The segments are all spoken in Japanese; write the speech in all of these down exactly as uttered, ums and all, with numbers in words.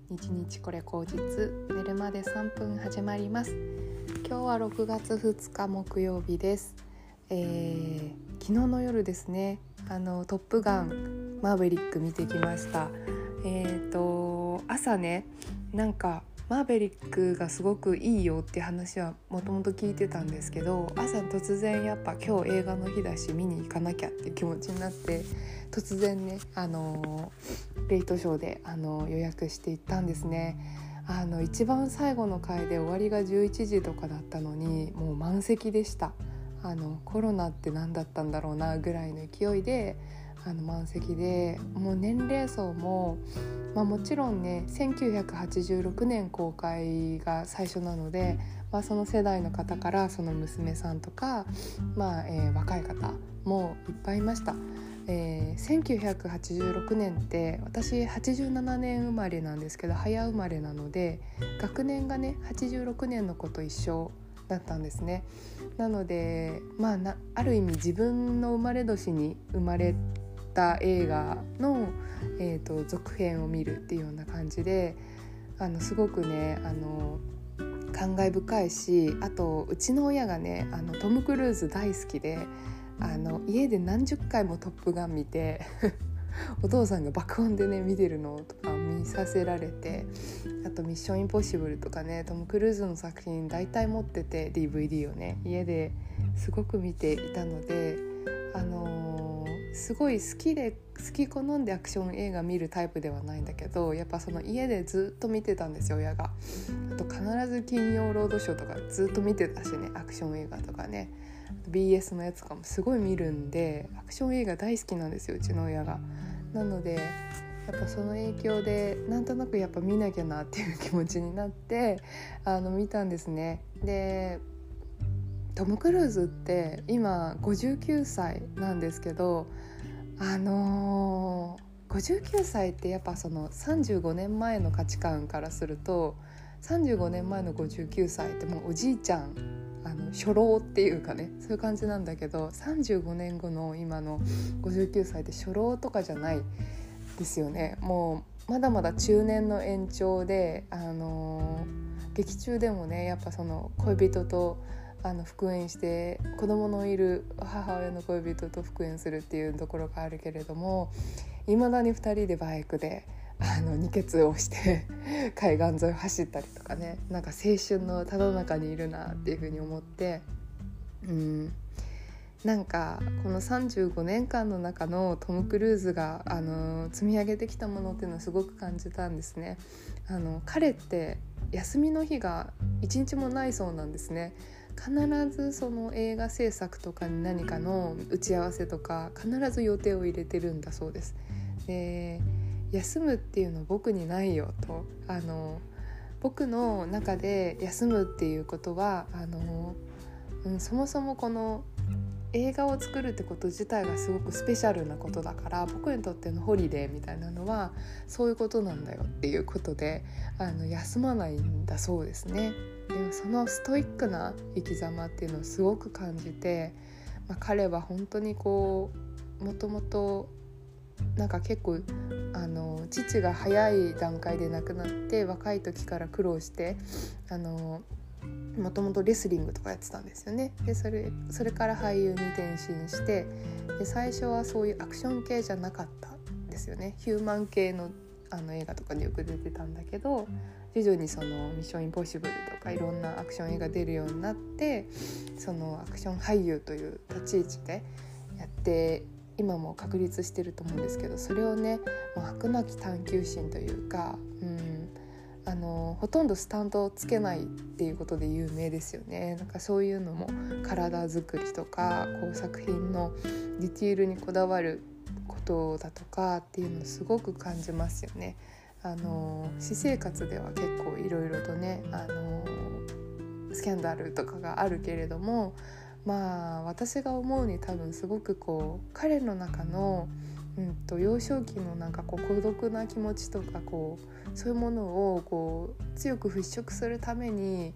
日日これ口実、寝るまでさんぷん始まります。今日はろくがつふつか木曜日です。えー、昨日の夜ですね、あのトップガンマーヴェリック見てきました。えーと朝ね、なんかマーヴェリックがすごくいいよって話はもともと聞いてたんですけど、朝突然やっぱ今日映画の日だし見に行かなきゃって気持ちになって、突然ね、あのレイトショーであの予約して行ったんですね。あの一番最後の回で終わりがじゅういちじとかだったのに、もう満席でした。あのコロナって何だったんだろうなぐらいの勢いであの満席で、もう年齢層も、まあ、もちろんねせんきゅうひゃくはちじゅうろくねん公開が最初なので、まあ、その世代の方からその娘さんとか、まあえー、若い方もいっぱいいました。えー、せんきゅうひゃくはちじゅうろくねんって私はちじゅうななねん生まれなんですけど、早生まれなので学年がねはちじゅうろくねんの子と一緒だったんですね。なので、まあ、なある意味自分の生まれ年に生まれた映画の、えーと、続編を見るっていうような感じで、あのすごくねあの感慨深いし、あとうちの親がねあのトム・クルーズ大好きで、あの家で何十回もトップガン見てお父さんが爆音でね見てるのとか見させられて、あとミッションインポッシブルとかね、トム・クルーズの作品大体持ってて ディーブイディー をね家ですごく見ていたので、あのー、すごい好きで好き好んでアクション映画見るタイプではないんだけど、やっぱその家でずっと見てたんですよ親が。あと必ず金曜ロードショーとかずっと見てたしね、アクション映画とかね ビーエス のやつとかもすごい見るんで、アクション映画大好きなんですようちの親が。なのでやっぱその影響でなんとなくやっぱ見なきゃなっていう気持ちになってあの見たんですね。でトム・クルーズって今ごじゅうきゅうさいなんですけど、あのー、ごじゅうきゅうさいってやっぱそのさんじゅうごねんまえの価値観からすると、さんじゅうごねんまえのごじゅうきゅうさいってもうおじいちゃん、あの初老っていうかね、そういう感じなんだけど、さんじゅうごねんごの今のごじゅうきゅうさいって初老とかじゃないですよね。もうまだまだ中年の延長で、あのー、劇中でもねやっぱその恋人とあの復縁して、子供のいる母親の恋人と復縁するっていうところがあるけれども、いまだにふたりでバイクであの二血をして海岸沿いを走ったりとかね、なんか青春のただ中にいるなっていうふうに思って、うん、なんかこのさんじゅうごねんかんの中のトム・クルーズがあの積み上げてきたものっていうのをすごく感じたんですね。あの彼って休みの日が一日もないそうなんですね。必ずその映画制作とかに何かの打ち合わせとか必ず予定を入れてるんだそうです。で休むっていうの僕にないよと、あの僕の中で休むっていうことはあの、うん、そもそもこの映画を作るってこと自体がすごくスペシャルなことだから、僕にとってのホリデーみたいなのはそういうことなんだよっていうことで、あの休まないんだそうですね。でもそのストイックな生き様っていうのをすごく感じて、まあ、彼は本当にこうもともとなんか結構あの父が早い段階で亡くなって、若い時から苦労してあのもともとレスリングとかやってたんですよね。でそれ、それから俳優に転身して、で最初はそういうアクション系じゃなかったんですよね。ヒューマン系の、あの映画とかによく出てたんだけど、徐々にそのミッションインポッシブルとかいろんなアクション映画出るようになって、そのアクション俳優という立ち位置でやって今も確立してると思うんですけど、それをねもう飽くなき探求心というか、うんあのほとんどスタントをつけないっていうことで有名ですよね。なんかそういうのも体作りとかこう作品のディティールにこだわることだとかっていうのをすごく感じますよね。あの私生活では結構いろいろとねあのスキャンダルとかがあるけれども、まあ私が思うに多分すごくこう彼の中のうんと幼少期のなんかこう孤独な気持ちとかこうそういうものをこう強く払拭するために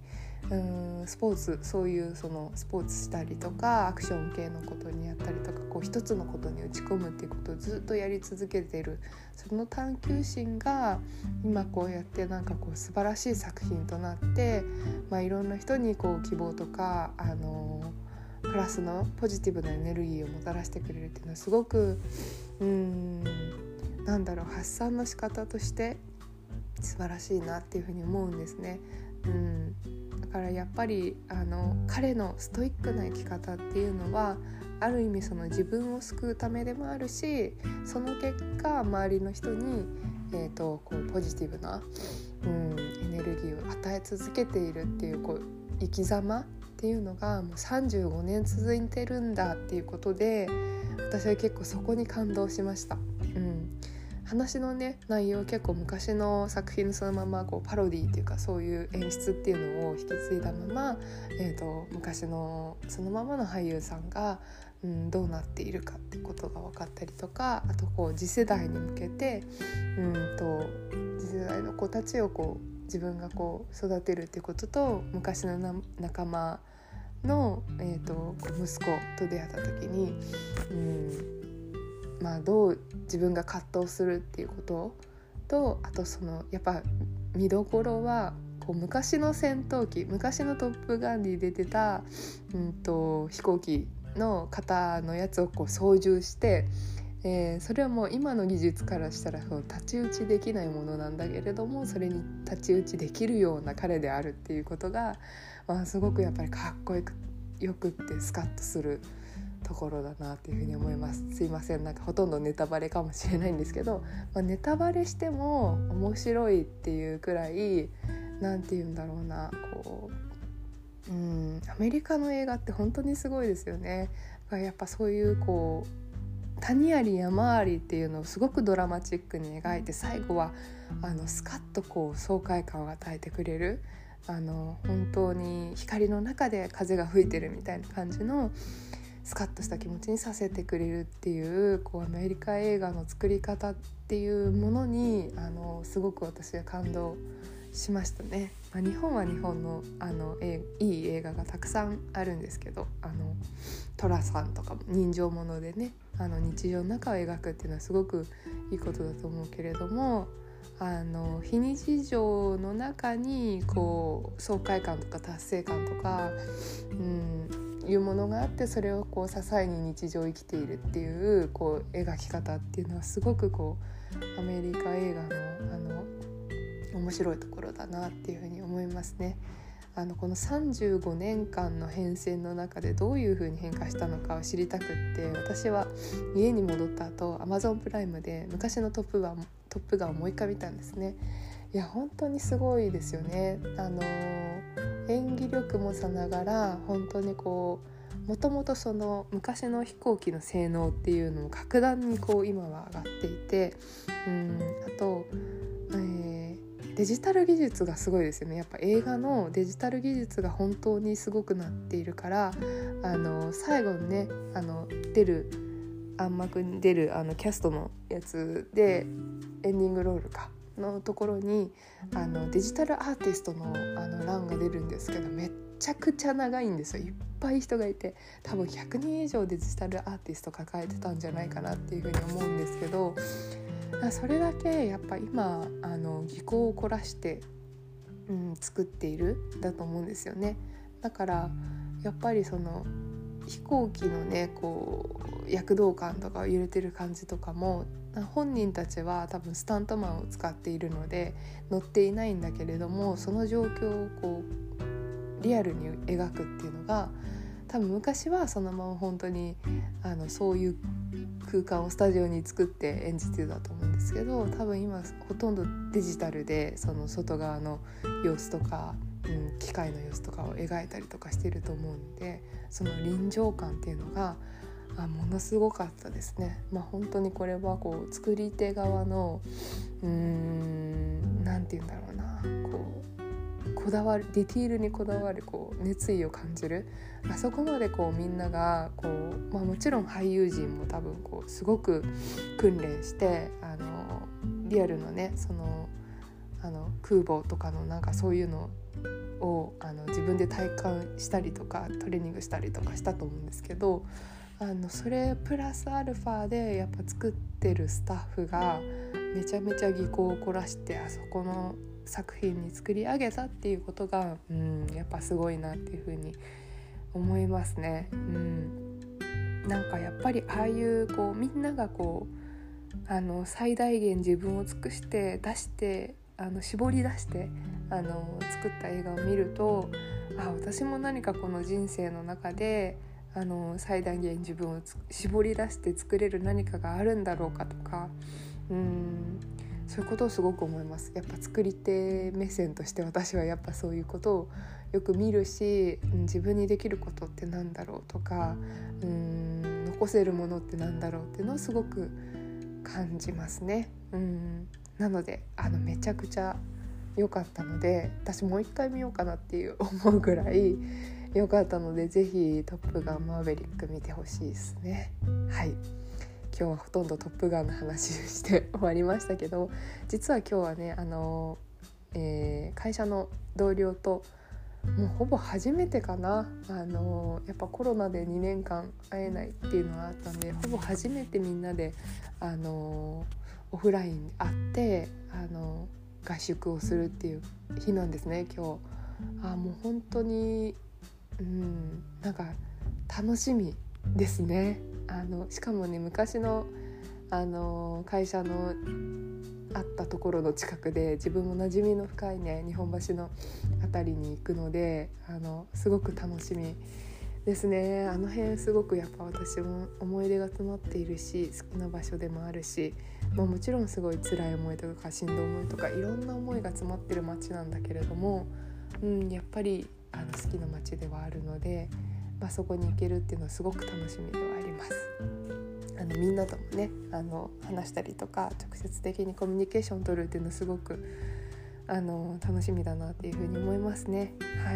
うんスポーツそういうそのスポーツしたりとかアクション系のことにやったりとかこう一つのことに打ち込むっていうことをずっとやり続けてるその探求心が今こうやってなんかこう素晴らしい作品となって、まあ、いろんな人にこう希望とかあのプラスのポジティブなエネルギーをもたらしてくれるっていうのはすごくうーんなんだろう発散の仕方として素晴らしいなっていうふうに思うんですね。うん、だからやっぱりあの彼のストイックな生き方っていうのはある意味その自分を救うためでもあるしその結果周りの人に、えーと、こうポジティブな、うん、エネルギーを与え続けているっていう、こう生き様っていうのがもうさんじゅうごねん続いてるんだっていうことで私は結構そこに感動しました。うん話のね内容結構昔の作品のそのままこうパロディっていうかそういう演出っていうのを引き継いだまま、えーと、昔のそのままの俳優さんが、うん、どうなっているかってことが分かったりとかあとこう次世代に向けてうんと次世代の子たちをこう自分がこう育てるっていうことと昔のな仲間の、えーと、息子と出会った時にうんまあ、どう自分が葛藤するっていうこととあとそのやっぱ見どころはこう昔の戦闘機昔のトップガンに出てた、うんと、飛行機の型のやつをこう操縦して、えー、それはもう今の技術からしたらそう太刀打ちできないものなんだけれどもそれに太刀打ちできるような彼であるっていうことが、まあ、すごくやっぱりかっこよく、よくってスカッとするところだなっていうふうに思います。すいませんなんかほとんどネタバレかもしれないんですけど、まあ、ネタバレしても面白いっていうくらいなんていうんだろうなこううんアメリカの映画って本当にすごいですよね。やっぱそういうこう谷あり山ありっていうのをすごくドラマチックに描いて最後はあのスカッとこう爽快感を与えてくれるあの本当に光の中で風が吹いてるみたいな感じのスカッとした気持ちにさせてくれるっていう、こうアメリカ映画の作り方っていうものにあのすごく私は感動しましたね。まあ、日本は日本の、あのえいい映画がたくさんあるんですけどあの寅さんとかも人情ものでねあの日常の中を描くっていうのはすごくいいことだと思うけれどもあの非日常の中にこう爽快感とか達成感とか、うんいうものがあってそれをこう支えに日常を生きているっていうこう描き方っていうのはすごくこうアメリカ映画のあの面白いところだなっていうふうに思いますね。あのこのさんじゅうごねんかんの変遷の中でどういうふうに変化したのかを知りたくって私は家に戻った後 Amazon プライムで昔のトップガン、トップガンをもう一回見たんですね。いや本当にすごいですよね。あの演技力もさながら本当にこうもともとその昔の飛行機の性能っていうのも格段にこう今は上がっていてうんあと、えー、デジタル技術がすごいですよね。やっぱ映画のデジタル技術が本当にすごくなっているからあの最後にねあの出る暗幕に出るあのキャストのやつでエンディングロールかのところにあのデジタルアーティストのあの欄が出るんですけどめっちゃくちゃ長いんですよ。いっぱい人がいて多分ひゃくにん以上デジタルアーティスト抱えてたんじゃないかなっていうふうに思うんですけどそれだけやっぱ今あの技巧を凝らして、うん、作っているだと思うんですよね。だからやっぱりその飛行機のねこう躍動感とか揺れてる感じとかも本人たちは多分スタントマンを使っているので乗っていないんだけれどもその状況をこうリアルに描くっていうのが多分昔はそのまま本当にあのそういう空間をスタジオに作って演じてたと思うんですけど多分今ほとんどデジタルでその外側の様子とか、うん、機械の様子とかを描いたりとかしてると思うんでその臨場感っていうのがあものすごかったですね。まあ本当にこれはこう作り手側のうーんなんて言うんだろうなこうこだわるディティールにこだわるこう熱意を感じるあそこまでこうみんながこう、まあ、もちろん俳優陣も多分こうすごく訓練してあのリアルのねそのあの空母とかのなんかそういうのをあの自分で体感したりとかトレーニングしたりとかしたと思うんですけど、あのそれプラスアルファでやっぱ作ってるスタッフがめちゃめちゃ技巧を凝らしてあそこの作品に作り上げたっていうことが、うん、やっぱすごいなっていうふうに思いますね。うん、なんかやっぱりああいうこうみんながこうあの最大限自分を尽くして出してあの絞り出してあの作った映画を見ると、あ私も何かこの人生の中であの最大限自分を絞り出して作れる何かがあるんだろうかとか、うーんそういうことをすごく思います。やっぱ作り手目線として私はやっぱそういうことをよく見るし、自分にできることってなんだろうとか、うーん残せるものってなんだろうっていうのをすごく感じますね。うんなのであのめちゃくちゃ良かったので、私もう一回見ようかなっていう思うぐらい良かったので、ぜひトップガンマーヴェリック見てほしいですね。はい、今日はほとんどトップガンの話して終わりましたけど、実は今日はねあの、えー、会社の同僚ともうほぼ初めてかな、あのやっぱコロナでにねんかん会えないっていうのがあったんで、ほぼ初めてみんなであのオフラインで会ってあの合宿をするっていう日なんですね今日。あもう本当にうんなんか楽しみですね。あのしかもね昔のあの会社のあったところの近くで、自分も馴染みの深いね日本橋のあたりに行くので、あのすごく楽しみですね。あの辺すごくやっぱ私も思い出が詰まっているし、好きな場所でもあるし、まあ、もちろんすごい辛い思いとかしんどい思いとかいろんな思いが詰まってる街なんだけれども、うん、やっぱりあの好きな街ではあるので、まあ、そこに行けるっていうのはすごく楽しみではあります。あのみんなともねあの話したりとか直接的にコミュニケーションを取るっていうのはすごくあの楽しみだなっていうふうに思いますね。はい。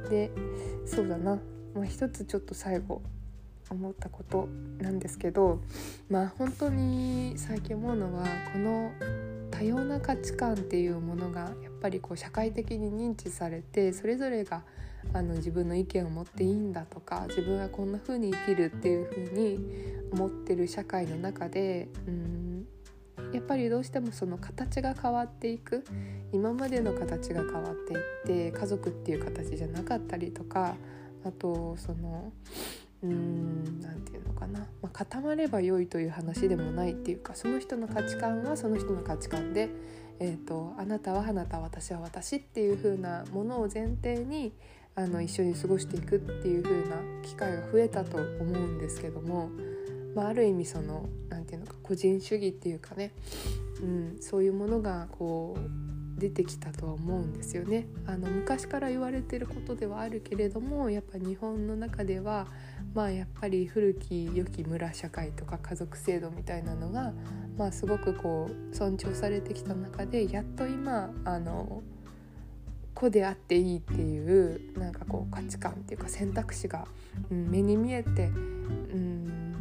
でそうだな、まあ、一つちょっと最後思ったことなんですけど、まあ本当に最近思うのはこの多様な価値観っていうものがやっぱりこう社会的に認知されて、それぞれがあの自分の意見を持っていいんだとか、自分はこんな風に生きるっていう風に思ってる社会の中で、うーんやっぱりどうしてもその形が変わっていく、今までの形が変わっていって家族っていう形じゃなかったりとか、あとそのうーんなんていうのかな、まあ、固まれば良いという話でもないっていうか、その人の価値観はその人の価値観で、えーと、あなたはあなた、私は私っていう風なものを前提にあの一緒に過ごしていくっていう風な機会が増えたと思うんですけども、まあ、ある意味そのなんていうのか個人主義っていうかね、うん、そういうものがこう出てきたとは思うんですよね。あの昔から言われてることではあるけれども、やっぱ日本の中ではまあやっぱり古き良き村社会とか家族制度みたいなのが、まあ、すごくこう尊重されてきた中で、やっと今あの子であっていいっていうなんかこう価値観っていうか選択肢が、うん、目に見えて、うん、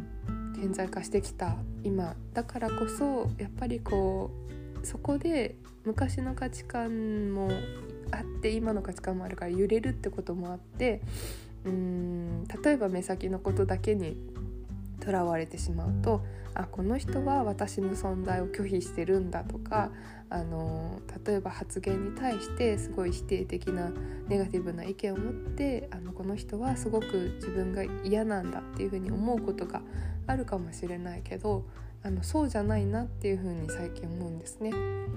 顕在化してきた今だからこそ、やっぱりこうそこで昔の価値観もあって今の価値観もあるから揺れるってこともあって、うーん例えば目先のことだけにとらわれてしまうと、あこの人は私の存在を拒否してるんだとか、あの例えば発言に対してすごい否定的なネガティブな意見を持って、あのこの人はすごく自分が嫌なんだっていうふうに思うことがあるかもしれないけど、あのそうじゃないなっていうふうに最近思うんですね。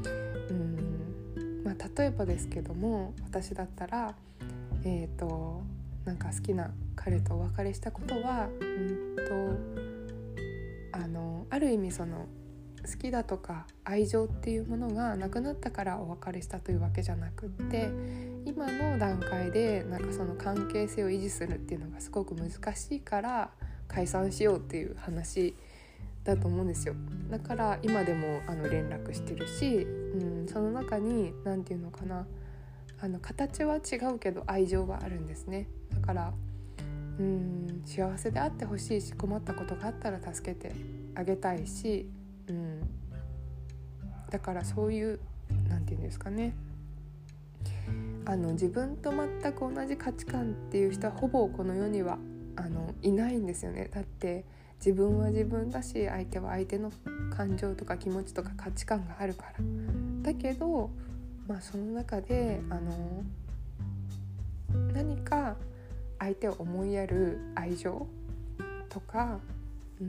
うんまあ、例えばですけども、私だったらえーとなんか好きな彼とお別れしたことは、うんとあのある意味その好きだとか愛情っていうものがなくなったからお別れしたというわけじゃなくって、今の段階でなんかその関係性を維持するっていうのがすごく難しいから解散しようっていう話だと思うんですよ。だから今でもあの連絡してるし、うん、その中になんていうのかな、あの形は違うけど愛情はあるんですね。だからうーん幸せであってほしいし、困ったことがあったら助けてあげたいし、うん、だからそういうなんていうんですかね、 あの自分と全く同じ価値観っていう人はほぼこの世にはあのいないんですよね。だって自分は自分だし、相手は相手の感情とか気持ちとか価値観があるから。だけど、まあ、その中であの何か相手を思いやる愛情とか、うん、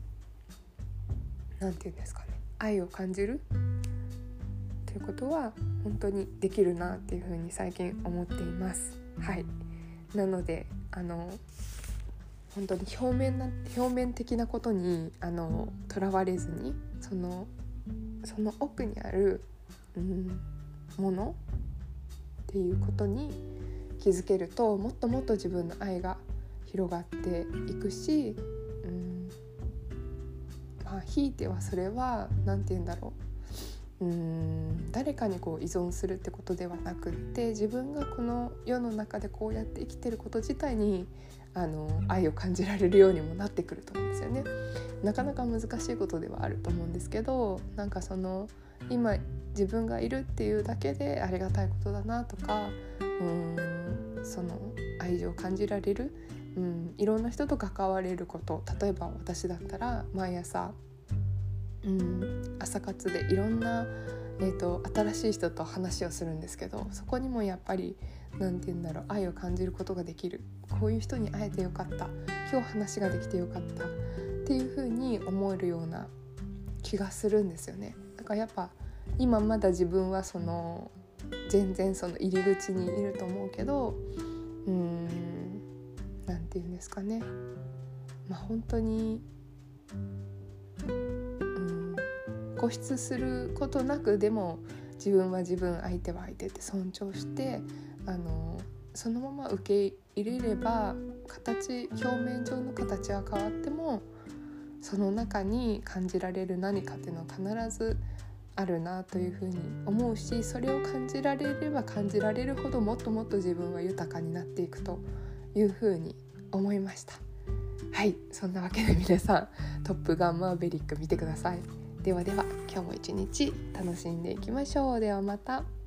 なんていうんですかね、愛を感じるということは本当にできるなっていうふうに最近思っています。はい。なのであの本当に表面な表面的なことにあのとらわれずに、そのその奥にある、うん、ものっていうことに気づけると、もっともっと自分の愛が広がっていくし、うん、まあひいてはそれはなんて言うんだろう、うーん誰かにこう依存するってことではなくって、自分がこの世の中でこうやって生きてること自体にあの愛を感じられるようにもなってくると思うんですよね。なかなか難しいことではあると思うんですけど、なんかその今自分がいるっていうだけでありがたいことだなとか、うーんその愛情を感じられる、うん、いろんな人と関われること、例えば私だったら毎朝、うん、朝活でいろんな、えーと、新しい人と話をするんですけど、そこにもやっぱりなんて言うんだろう、愛を感じることができる、こういう人に会えてよかった、今日話ができてよかったっていう風に思えるような気がするんですよね。だからやっぱ今まだ自分はその全然その入り口にいると思うけど、うーんなんて言うんですかね、まあ本当に固執することなく、でも自分は自分、相手は相手って尊重して、あのそのまま受け入れれば、形表面上の形は変わってもその中に感じられる何かっていうのは必ずあるなというふうに思うし、それを感じられれば感じられるほどもっともっと自分は豊かになっていくというふうに思いました。はい、そんなわけで皆さん、トップガンマーヴェリック見てください。ではでは、今日も一日楽しんでいきましょう。ではまた。